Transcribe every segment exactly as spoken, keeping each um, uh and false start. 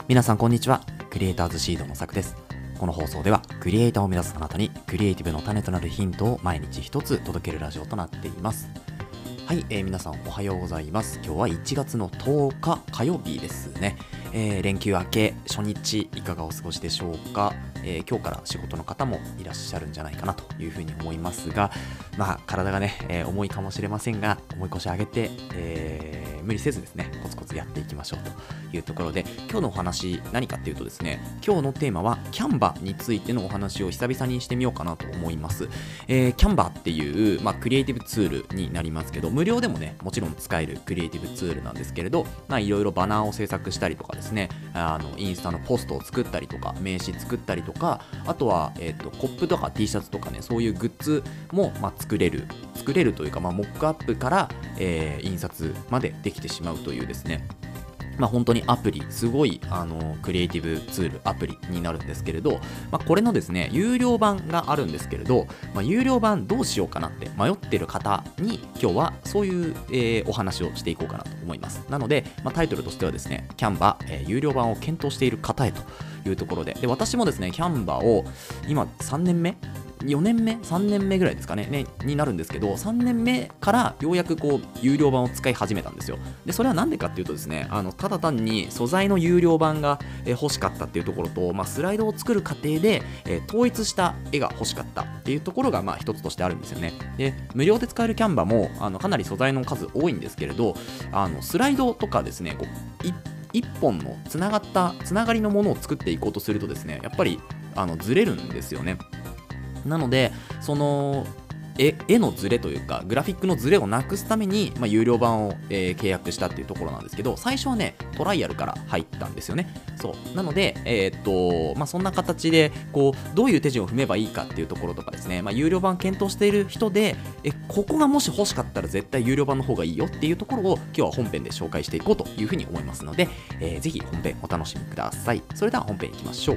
皆さんこんにちは。クリエイターズシードのさくです。この放送ではクリエイターを目指すあなたにクリエイティブの種となるヒントを毎日一つ届けるラジオとなっています。はい、えー、皆さんおはようございます。今日はいちがつのとおか火曜日ですね。えー、連休明け初日いかがお過ごしでしょうか。えー、今日から仕事の方もいらっしゃるんじゃないかなというふうに思いますが、まあ体がね、えー、重いかもしれませんが、重い腰上げて、えー、無理せずですねコツコツやっていきましょうというところで、今日のお話何かっていうとですね、今日のテーマはキャンバについてのお話を久々にしてみようかなと思います。えー、キャンバっていう、まあ、クリエイティブツールになりますけど、無料でもねもちろん使えるクリエイティブツールなんですけれど、まあいろいろバナーを制作したりとかですね、あのインスタのポストを作ったりとか名刺作ったりとか、あとは、えーと、コップとか T シャツとかね、そういうグッズも、まあ、作れる作れるというか、まあ、モックアップから、えー、印刷までできてしまうというですね、まあ、本当にアプリ、すごいあのクリエイティブツールアプリになるんですけれど、まあ、これのですね有料版があるんですけれど、まあ、有料版どうしようかなって迷ってる方に今日はそういう、えー、お話をしていこうかなと思います。なので、まあ、タイトルとしてはですね、キャンバ、えー、有料版を検討している方へというところで、で私もですねキャンバを今さんねんめよねんめさんねんめぐらいですか ね, ねになるんですけど、さんねんめからようやくこう有料版を使い始めたんですよ。でそれはなんでかっていうとですね、あのただ単に素材の有料版が、えー、欲しかったっていうところと、まあ、スライドを作る過程で、えー、統一した絵が欲しかったっていうところがまあ一つとしてあるんですよね。で無料で使えるキャンバもあのかなり素材の数多いんですけれど、あのスライドとかですね、こうい一本のつながったつながりのものを作っていこうとするとですね、やっぱりあのずれるんですよね。なのでその絵, 絵のズレというかグラフィックのズレをなくすために、まあ、有料版を、えー、契約したっていうところなんですけど、最初はねトライアルから入ったんですよね。そうなので、えーっとまあ、そんな形でこうどういう手順を踏めばいいかっていうところとかですね、まあ、有料版検討している人でえここがもし欲しかったら絶対有料版の方がいいよっていうところを今日は本編で紹介していこうというふうに思いますので、えー、ぜひ本編お楽しみください。それでは本編いきましょう。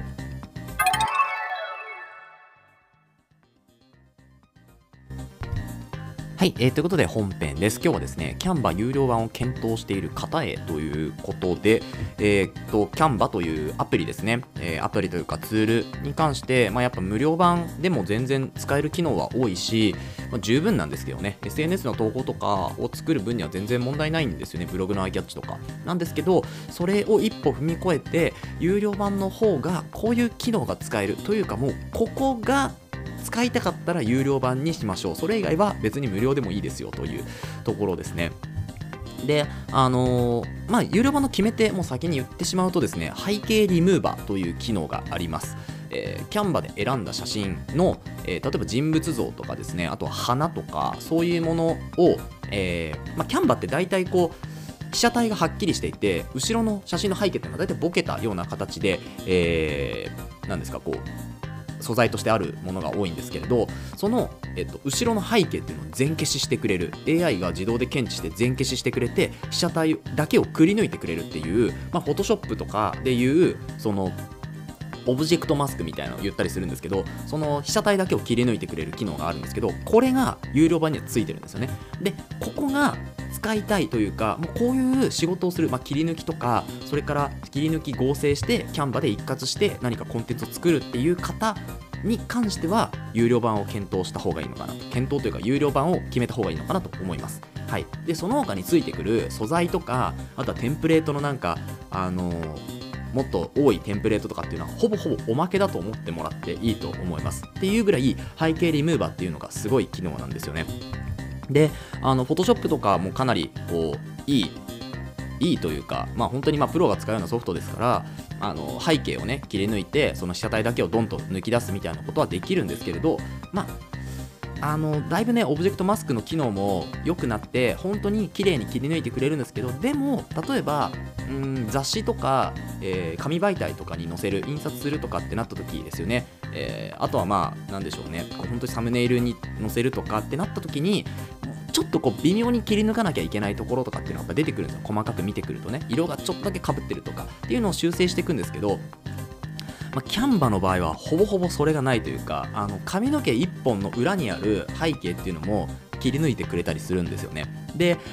はい、えー、ということで本編です。今日はですね、キャンバ有料版を検討している方へということで、えー、とキャンバというアプリですね、えー、アプリというかツールに関して、まあ、やっぱ無料版でも全然使える機能は多いし、まあ、十分なんですけどね、 エスエヌエス の投稿とかを作る分には全然問題ないんですよね。ブログのアイキャッチとかなんですけど、それを一歩踏み越えて有料版の方がこういう機能が使えるというか、もうここが使いたかったら有料版にしましょう、それ以外は別に無料でもいいですよというところですね。で、あのー、まあ有料版の決め手も先に言ってしまうとですね、背景リムーバーという機能があります。えー、キャンバで選んだ写真の、えー、例えば人物像とかですね、あとは花とかそういうものを、えーまあ、キャンバって大体こう被写体がはっきりしていて、後ろの写真の背景っていうのは大体ボケたような形で、えー、なんですか、こう素材としてあるものが多いんですけれど、その、えっと、後ろの背景っていうのを全消ししてくれる エーアイ が自動で検知して全消ししてくれて、被写体だけをくり抜いてくれるっていう、まあ、フォトショップとかでいうそのオブジェクトマスクみたいなのを言ったりするんですけど、その被写体だけを切り抜いてくれる機能があるんですけど、これが有料版にはついてるんですよね。でここが使いたいというか、もうこういう仕事をする、まあ、切り抜きとか、それから切り抜き合成してキャンバで一括して何かコンテンツを作るっていう方に関しては有料版を検討した方がいいのかなと、検討というか有料版を決めた方がいいのかなと思います。はい。でその他についてくる素材とか、あとはテンプレートのなんかあのーもっと多いテンプレートとかっていうのはほぼほぼおまけだと思ってもらっていいと思いますっていうぐらい、背景リムーバーっていうのがすごい機能なんですよね。で、あの Photoshop とかもかなりこういいいいというか、まあ本当にまあプロが使うようなソフトですから、あの背景をね切り抜いてその被写体だけをドンと抜き出すみたいなことはできるんですけれど、まああのだいぶねオブジェクトマスクの機能も良くなって本当に綺麗に切り抜いてくれるんですけど、でも例えばうん雑誌とか、えー、紙媒体とかに載せる、印刷するとかってなった時ですよね、えー、あとはまあなんでしょうね、本当にサムネイルに載せるとかってなった時にちょっとこう微妙に切り抜かなきゃいけないところとかっていうのがやっぱ出てくるんですよ。細かく見てくるとね、色がちょっとだけ被ってるとかっていうのを修正していくんですけど、まあ、キャンバの場合はほぼほぼそれがないというか、あの髪の毛いっぽんの裏にある背景っていうのも切り抜いてくれたりするんですよね。で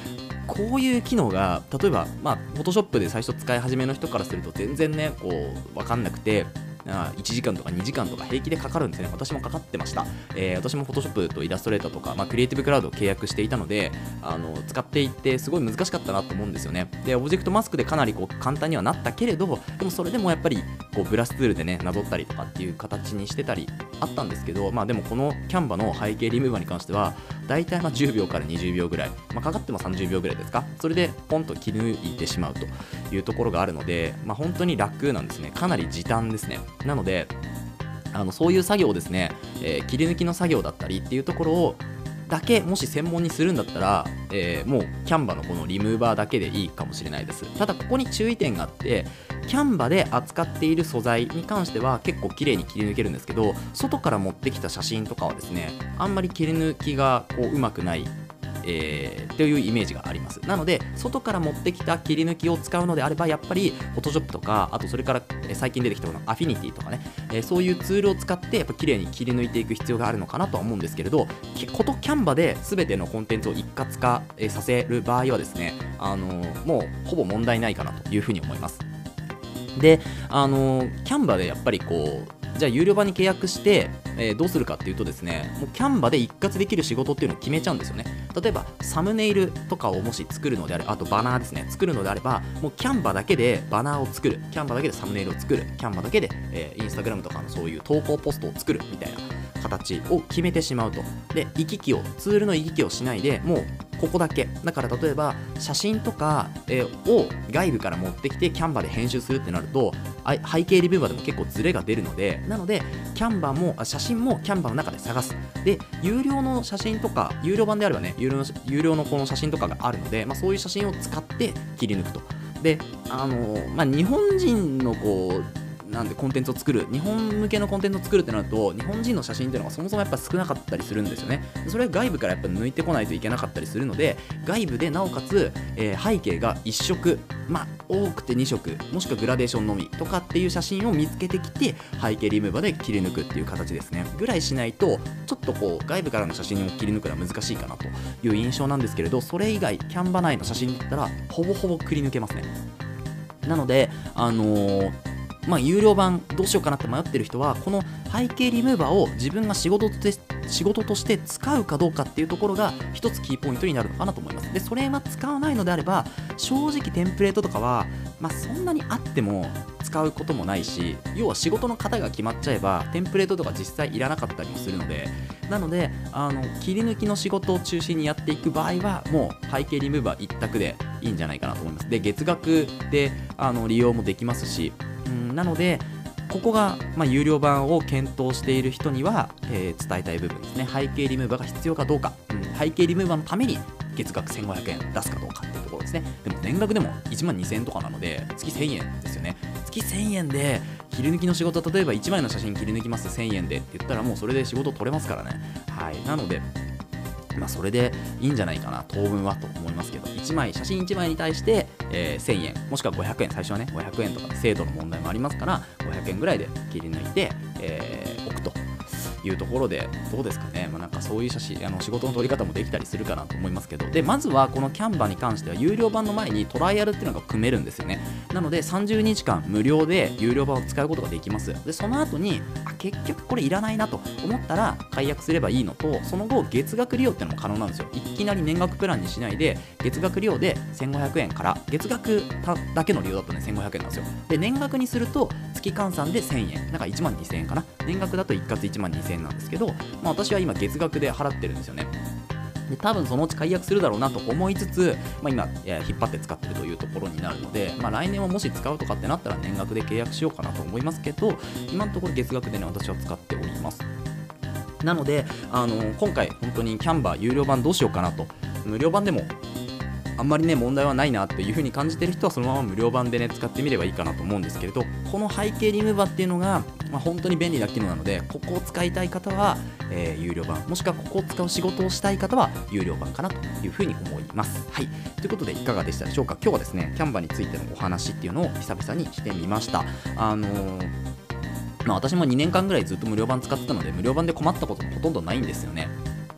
こういう機能が例えば、まあ、Photoshop で最初使い始めの人からすると全然ねこう分かんなくて、いちじかんとかにじかんとか平気でかかるんですね。私もかかってました。えー、私も Photoshop とイラストレーターとか、まあ、クリエイティブクラウドを契約していたので、あの使っていってすごい難しかったなと思うんですよね。で、オブジェクトマスクでかなりこう簡単にはなったけれど、でもそれでもやっぱりこうブラシツールでねなぞったりとかっていう形にしてたりあったんですけど、まあでもこのキャンバの背景リムーバーに関してはだいたいまあじゅうびょうからにじゅうびょうぐらい、まあ、かかってもさんじゅうびょうぐらいですか、それでポンと切り抜いてしまうというところがあるので、まあ、本当に楽なんですね。かなり時短ですね。なのであのそういう作業をですね、えー、切り抜きの作業だったりっていうところをだけもし専門にするんだったら、えー、もうキャンバのこのリムーバーだけでいいかもしれないです。ただここに注意点があって、キャンバで扱っている素材に関しては結構綺麗に切り抜けるんですけど、外から持ってきた写真とかはですねあんまり切り抜きがこううまくない、えー、というイメージがあります。なので外から持ってきた切り抜きを使うのであれば、やっぱり Photoshop とか、あとそれから最近出てきたこの Affinity とかね、えー、そういうツールを使ってやっぱ綺麗に切り抜いていく必要があるのかなとは思うんですけれど、ことキャンバで全てのコンテンツを一括化、えー、させる場合はですね、あのー、もうほぼ問題ないかなというふうに思います。で、あのー、キャンバでやっぱりこうじゃあ有料版に契約して、えー、どうするかっていうとですね、もうキャンバで一括できる仕事っていうのを決めちゃうんですよね。例えばサムネイルとかをもし作るのであれば、あとバナーですね、作るのであれば、もうキャンバだけでバナーを作る、キャンバだけでサムネイルを作る、キャンバだけで、えー、インスタグラムとかのそういう投稿ポストを作るみたいな形を決めてしまうと。で、行き来をツールの行き来をしないで、もうここだけだから、例えば写真とか、えー、を外部から持ってきてキャンバで編集するってなると、背景リムーバーでも結構ズレが出るので、なのでキャンバも写真もキャンバの中で探す。で、有料の写真とか有料版であればね、有料の有料のこの写真とかがあるので、まあ、そういう写真を使って切り抜くと。で、あのーまあ、日本人のこうなんでコンテンツを作る、日本向けのコンテンツを作るってなると、日本人の写真っていうのがそもそもやっぱ少なかったりするんですよね。それは外部からやっぱ抜いてこないといけなかったりするので、外部でなおかつ、えー、背景がいっしょく、まあ多くてにしょく、もしくはグラデーションのみとかっていう写真を見つけてきて、背景リムーバーで切り抜くっていう形ですね。ぐらいしないとちょっとこう外部からの写真を切り抜くのは難しいかなという印象なんですけれど、それ以外キャンバ内の写真だったらほぼほぼ切り抜けますね。なのであのーまあ、有料版どうしようかなって迷ってる人は、この背景リムーバーを自分が仕事として仕事として使うかどうかっていうところが一つキーポイントになるのかなと思います。で、それは使わないのであれば、正直テンプレートとかは、まあ、そんなにあっても使うこともないし、要は仕事の型が決まっちゃえばテンプレートとか実際いらなかったりもするので、なのであの切り抜きの仕事を中心にやっていく場合は、もう背景リムーバー一択でいいんじゃないかなと思います。で、月額であの利用もできますし、うんなのでここが、まあ、有料版を検討している人には、えー、伝えたい部分ですね。背景リムーバーが必要かどうか、うん、背景リムーバーのために月額せんごひゃくえん出すかどうかっていうところですね。でも年額でもいちまんにせんえんとかなので、月せんえんですよね。月せんえんで切り抜きの仕事、例えばいちまいの写真切り抜きますせんえんでって言ったら、もうそれで仕事取れますからね。はい、なのでまあ、それでいいんじゃないかな、当分はと思いますけど、いちまい写真いちまいに対して、えー、せんえんもしくはごひゃくえん、最初はねごひゃくえんとかで精度の問題もありますから、ごひゃくえんぐらいで切り抜いて、えー、置くというところで、どうですかね。まあ、なんかそういう写真、あの仕事の取り方もできたりするかなと思いますけど、でまずはこのキャンバに関しては有料版の前にトライアルっていうのが組めるんですよね。なのでさんじゅうにちかん無料で有料版を使うことができます。でその後にあ結局これいらないなと思ったら解約すればいいのと、その後月額利用っていうのも可能なんですよ。いきなり年額プランにしないで、月額利用でせんごひゃくえんから、月額だけの利用だとねせんごひゃくえんなんですよ。で年額にすると月換算でせんえん、なんかいちまんにせんえんかな。年額だと一括いちまんにせんえんなんですけど、まあ、私は今月額で払ってるんですよね。で多分そのうち解約するだろうなと思いつつ、まあ、今引っ張って使ってるというところになるので、まあ、来年はもし使うとかってなったら年額で契約しようかなと思いますけど、今のところ月額でね私は使っております。なのであの今回本当にキャンバー有料版どうしようかなと、無料版でもあんまりね問題はないなという風に感じてる人はそのまま無料版でね使ってみればいいかなと思うんですけれど、この背景リムーバーっていうのが、まあ、本当に便利な機能なので、ここを使いたい方は、えー、有料版、もしくはここを使う仕事をしたい方は有料版かなという風に思います。はい、ということでいかがでしたでしょうか。今日はですねキャンバーについてのお話っていうのを久々にしてみました。あのーまあ、私もにねんかんぐらいずっと無料版使ってたので、無料版で困ったこともほとんどないんですよね。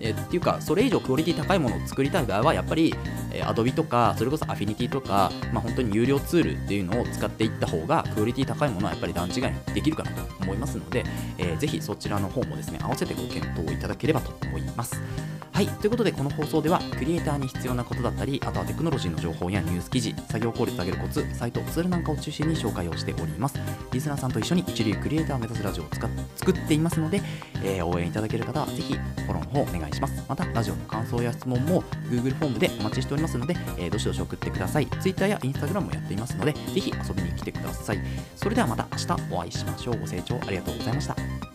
えー、っていうかそれ以上クオリティ高いものを作りたい場合はやっぱり、えー、Adobe とかそれこそ Affinity とか、まあ、本当に有料ツールっていうのを使っていった方がクオリティ高いものはやっぱり段違いにできるかなと思いますので、えー、ぜひそちらの方もですね合わせてご検討いただければと思います。はい、ということでこの放送ではクリエイターに必要なことだったり、あとはテクノロジーの情報やニュース記事、作業効率を上げるコツ、サイト、ツールなんかを中心に紹介をしております。リスナーさんと一緒に一流クリエイターを目指すラジオを使っ作っていますので、えー、応援いただける方はぜひフォローの方お願いします。またラジオの感想や質問も Google フォームでお待ちしておりますので、えー、どしどし送ってください。Twitter や Instagram もやっていますので、ぜひ遊びに来てください。それではまた明日お会いしましょう。ご清聴ありがとうございました。